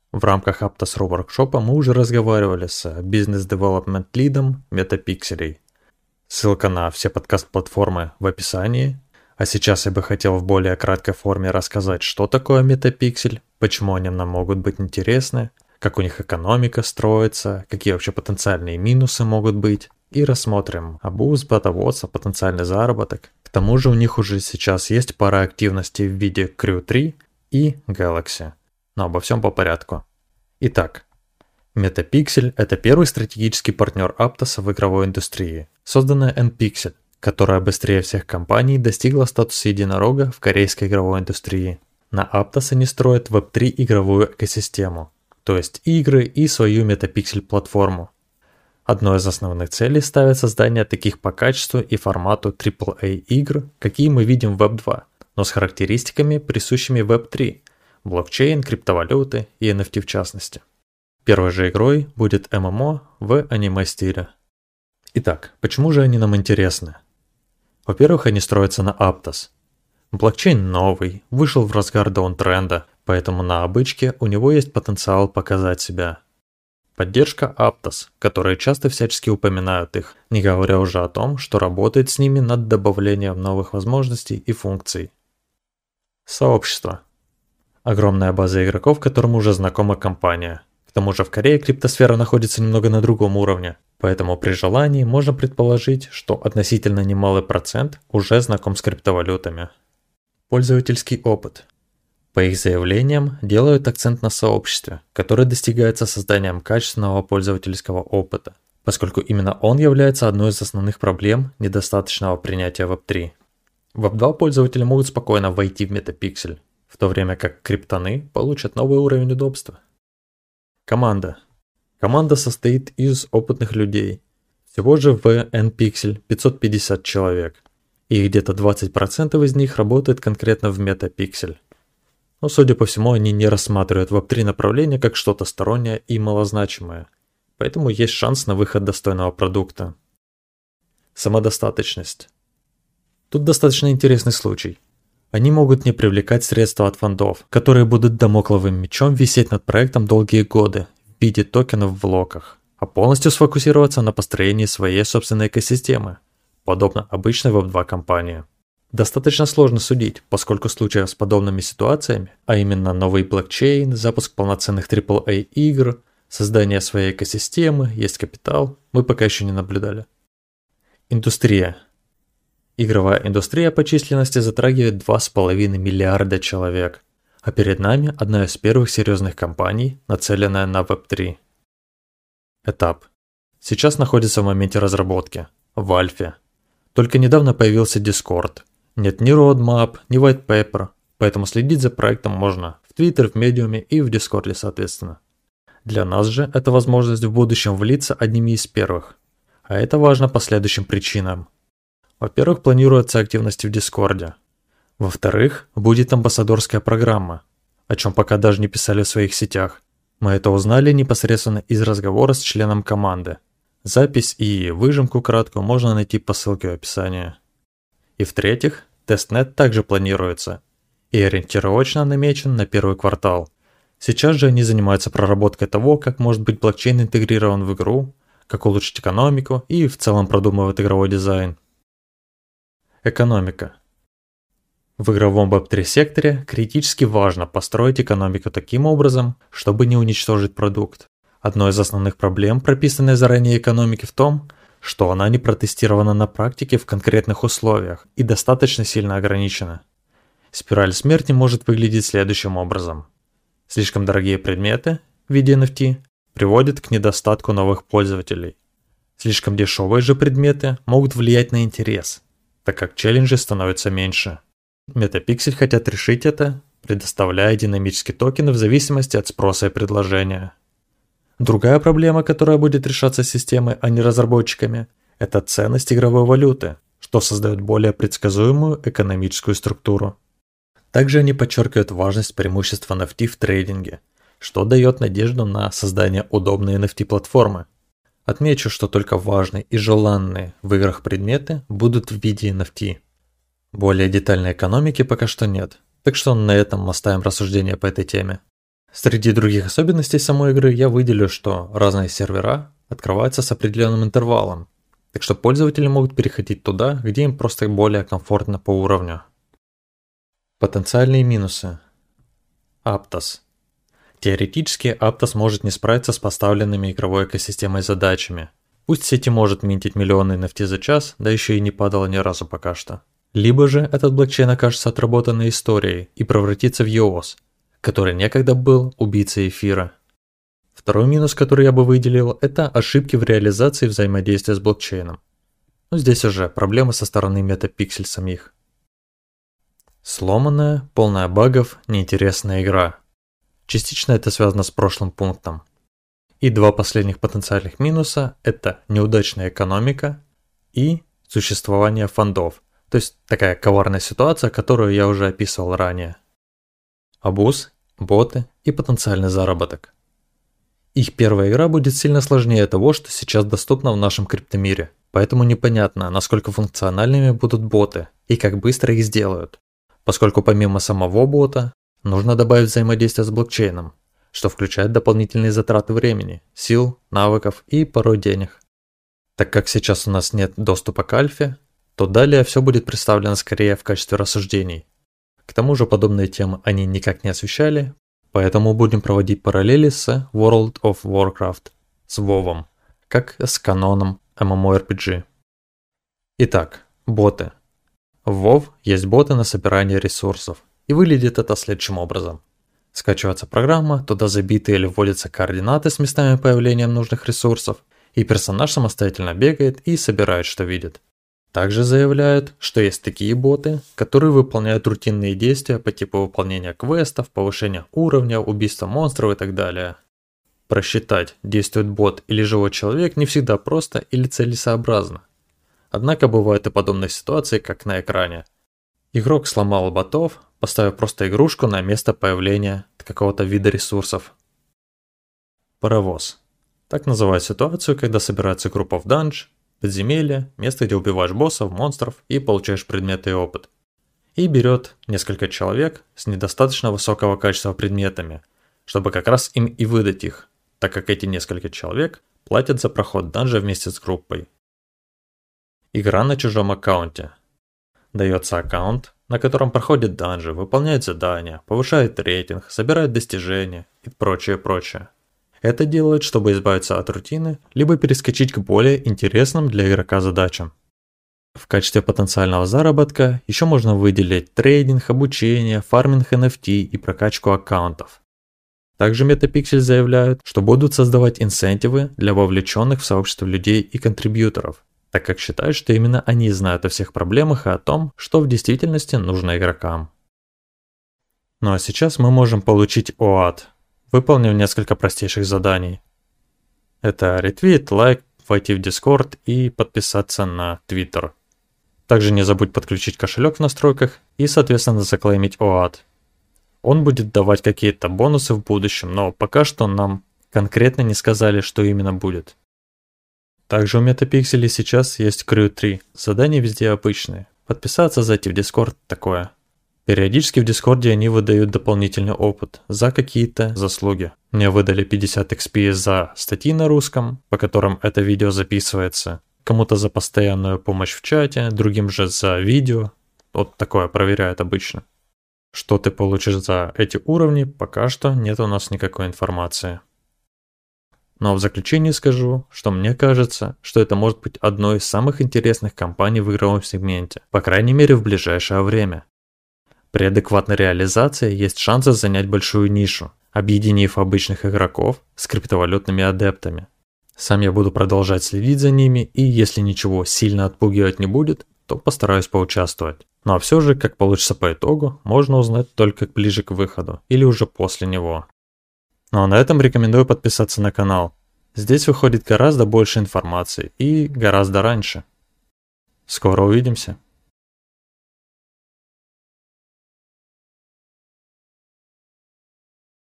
В рамках Aptos воркшопа мы уже разговаривали с бизнес-девелопмент-лидом Метапикселей. Ссылка на все подкаст-платформы в описании. А сейчас я бы хотел в более краткой форме рассказать, что такое Метапиксель, почему они нам могут быть интересны, как у них экономика строится, какие вообще потенциальные минусы могут быть. И рассмотрим абуз, ботоводство, потенциальный заработок. К тому же у них уже сейчас есть пара активностей в виде Crew 3 и Galaxy. Но обо всем по порядку. Итак, Metapixel – это первый стратегический партнер Aptos в игровой индустрии, созданная NPixel, которая быстрее всех компаний достигла статуса единорога в корейской игровой индустрии. На Aptos они строят Web3 игровую экосистему, то есть игры и свою Metapixel платформу. Одной из основных целей ставят создание таких по качеству и формату AAA игр, какие мы видим в Web 2, но с характеристиками, присущими Web 3, блокчейн, криптовалюты и NFT в частности. Первой же игрой будет ММО в аниме-стиле. Итак, почему же они нам интересны? Во-первых, они строятся на Aptos. Блокчейн новый, вышел в разгар даунтренда, поэтому на обычке у него есть потенциал показать себя. Поддержка Aptos, которые часто всячески упоминают их, не говоря уже о том, что работает с ними над добавлением новых возможностей и функций. Сообщество. Огромная база игроков, которым уже знакома компания. К тому же в Корее криптосфера находится немного на другом уровне, поэтому при желании можно предположить, что относительно немалый процент уже знаком с криптовалютами. Пользовательский опыт. По их заявлениям, делают акцент на сообществе, которое достигается созданием качественного пользовательского опыта, поскольку именно он является одной из основных проблем недостаточного принятия Web3. В Web 2 пользователи могут спокойно войти в Metapixel, в то время как криптоны получат новый уровень удобства. Команда. Команда состоит из опытных людей. Всего же в NPixel 550 человек, и где-то 20% из них работает конкретно в Metapixel. Но, судя по всему, они не рассматривают Web3 направление как что-то стороннее и малозначимое, поэтому есть шанс на выход достойного продукта. Самодостаточность. Тут достаточно интересный случай. Они могут не привлекать средства от фондов, которые будут дамокловым мечом висеть над проектом долгие годы в виде токенов в локах, а полностью сфокусироваться на построении своей собственной экосистемы, подобно обычной Web2 компании. Достаточно сложно судить, поскольку случаев с подобными ситуациями, а именно новый блокчейн, запуск полноценных AAA игр, создание своей экосистемы, есть капитал, мы пока еще не наблюдали. Индустрия. Игровая индустрия по численности затрагивает 2,5 миллиарда человек, а перед нами одна из первых серьезных компаний, нацеленная на Web3. Этап. Сейчас находится в моменте разработки, в альфе. Только недавно появился Discord. Нет ни roadmap, ни white paper, поэтому следить за проектом можно в Twitter, в Medium и в Discord соответственно. Для нас же это возможность в будущем влиться одними из первых, а это важно по следующим причинам. Во-первых, планируется активность в Discord. Во-вторых, будет амбассадорская программа, о чем пока даже не писали в своих сетях. Мы это узнали непосредственно из разговора с членом команды. Запись и выжимку краткую можно найти по ссылке в описании. И в-третьих, тестнет также планируется и ориентировочно намечен на первый квартал. Сейчас же они занимаются проработкой того, как может быть блокчейн интегрирован в игру, как улучшить экономику и в целом продумывают игровой дизайн. Экономика. В игровом Web3 секторе критически важно построить экономику таким образом, чтобы не уничтожить продукт. Одной из основных проблем, прописанной заранее экономики, в том, что она не протестирована на практике в конкретных условиях и достаточно сильно ограничена. Спираль смерти может выглядеть следующим образом. Слишком дорогие предметы в виде NFT приводят к недостатку новых пользователей. Слишком дешевые же предметы могут влиять на интерес, так как челленджи становятся меньше. Metapixel хотят решить это, предоставляя динамические токены в зависимости от спроса и предложения. Другая проблема, которая будет решаться системой, а не разработчиками, это ценность игровой валюты, что создает более предсказуемую экономическую структуру. Также они подчеркивают важность преимущества NFT в трейдинге, что дает надежду на создание удобной NFT-платформы. Отмечу, что только важные и желанные в играх предметы будут в виде NFT. Более детальной экономики пока что нет, так что на этом оставим рассуждения по этой теме. Среди других особенностей самой игры я выделю, что разные сервера открываются с определенным интервалом, так что пользователи могут переходить туда, где им просто более комфортно по уровню. Потенциальные минусы. Aptos. Теоретически Aptos может не справиться с поставленными игровой экосистемой задачами. Пусть сеть может минтить миллионы NFT за час, да еще и не падала ни разу пока что. Либо же этот блокчейн окажется отработанной историей и превратится в EOS, который некогда был убийцей эфира. Второй минус, который я бы выделил, это ошибки в реализации взаимодействия с блокчейном. Но здесь уже проблемы со стороны MetaPixel самих. Сломанная, полная багов, неинтересная игра. Частично это связано с прошлым пунктом. И два последних потенциальных минуса – это неудачная экономика и существование фондов, то есть такая коварная ситуация, которую я уже описывал ранее. Абуз, боты и потенциальный заработок. Их первая игра будет сильно сложнее того, что сейчас доступно в нашем криптомире, поэтому непонятно, насколько функциональными будут боты и как быстро их сделают, поскольку помимо самого бота нужно добавить взаимодействие с блокчейном, что включает дополнительные затраты времени, сил, навыков и порой денег. Так как сейчас у нас нет доступа к альфе, то далее все будет представлено скорее в качестве рассуждений. К тому же подобные темы они никак не освещали, поэтому будем проводить параллели с World of Warcraft, с WoW, как с каноном MMORPG. Итак, боты. В WoW есть боты на собирание ресурсов, и выглядит это следующим образом. Скачивается программа, туда забиты или вводятся координаты с местами появления нужных ресурсов, и персонаж самостоятельно бегает и собирает, что видит. Также заявляют, что есть такие боты, которые выполняют рутинные действия по типу выполнения квестов, повышения уровня, убийства монстров и так далее. Просчитать, действует бот или живой человек, не всегда просто или целесообразно. Однако бывают и подобные ситуации, как на экране. Игрок сломал ботов, поставив просто игрушку на место появления какого-то вида ресурсов. Паровоз. Так называют ситуацию, когда собирается группа в данж, подземелье, место, где убиваешь боссов, монстров и получаешь предметы и опыт. И берет несколько человек с недостаточно высокого качества предметами, чтобы как раз им и выдать их, так как эти несколько человек платят за проход данжа вместе с группой. Игра на чужом аккаунте. Дается аккаунт, на котором проходят данжи, выполняют задания, повышают рейтинг, собирают достижения и прочее. Это делают, чтобы избавиться от рутины, либо перескочить к более интересным для игрока задачам. В качестве потенциального заработка еще можно выделить трейдинг, обучение, фарминг NFT и прокачку аккаунтов. Также MetaPixel заявляют, что будут создавать инсентивы для вовлеченных в сообщество людей и контрибьюторов, так как считают, что именно они знают о всех проблемах и о том, что в действительности нужно игрокам. Ну а сейчас мы можем получить ОАД, выполнив несколько простейших заданий. Это ретвит, лайк, войти в Discord и подписаться на Twitter. Также не забудь подключить кошелек в настройках и, соответственно, заклеймить ОАД. Он будет давать какие-то бонусы в будущем, но пока что нам конкретно не сказали, что именно будет. Также у MetaPixel сейчас есть Crew 3, задания везде обычные. Подписаться, зайти в Discord, такое. Периодически в Дискорде они выдают дополнительный опыт за какие-то заслуги. Мне выдали 50 XP за статьи на русском, по которым это видео записывается. Кому-то за постоянную помощь в чате, другим же за видео. Вот такое проверяют обычно. Что ты получишь за эти уровни, пока что нет у нас никакой информации. Но в заключение скажу, что мне кажется, что это может быть одной из самых интересных компаний в игровом сегменте, по крайней мере в ближайшее время. При адекватной реализации есть шансы занять большую нишу, объединив обычных игроков с криптовалютными адептами. Сам я буду продолжать следить за ними, и если ничего сильно отпугивать не будет, то постараюсь поучаствовать. Ну а все же, как получится по итогу, можно узнать только ближе к выходу, или уже после него. Ну а на этом рекомендую подписаться на канал. Здесь выходит гораздо больше информации и гораздо раньше. Скоро увидимся.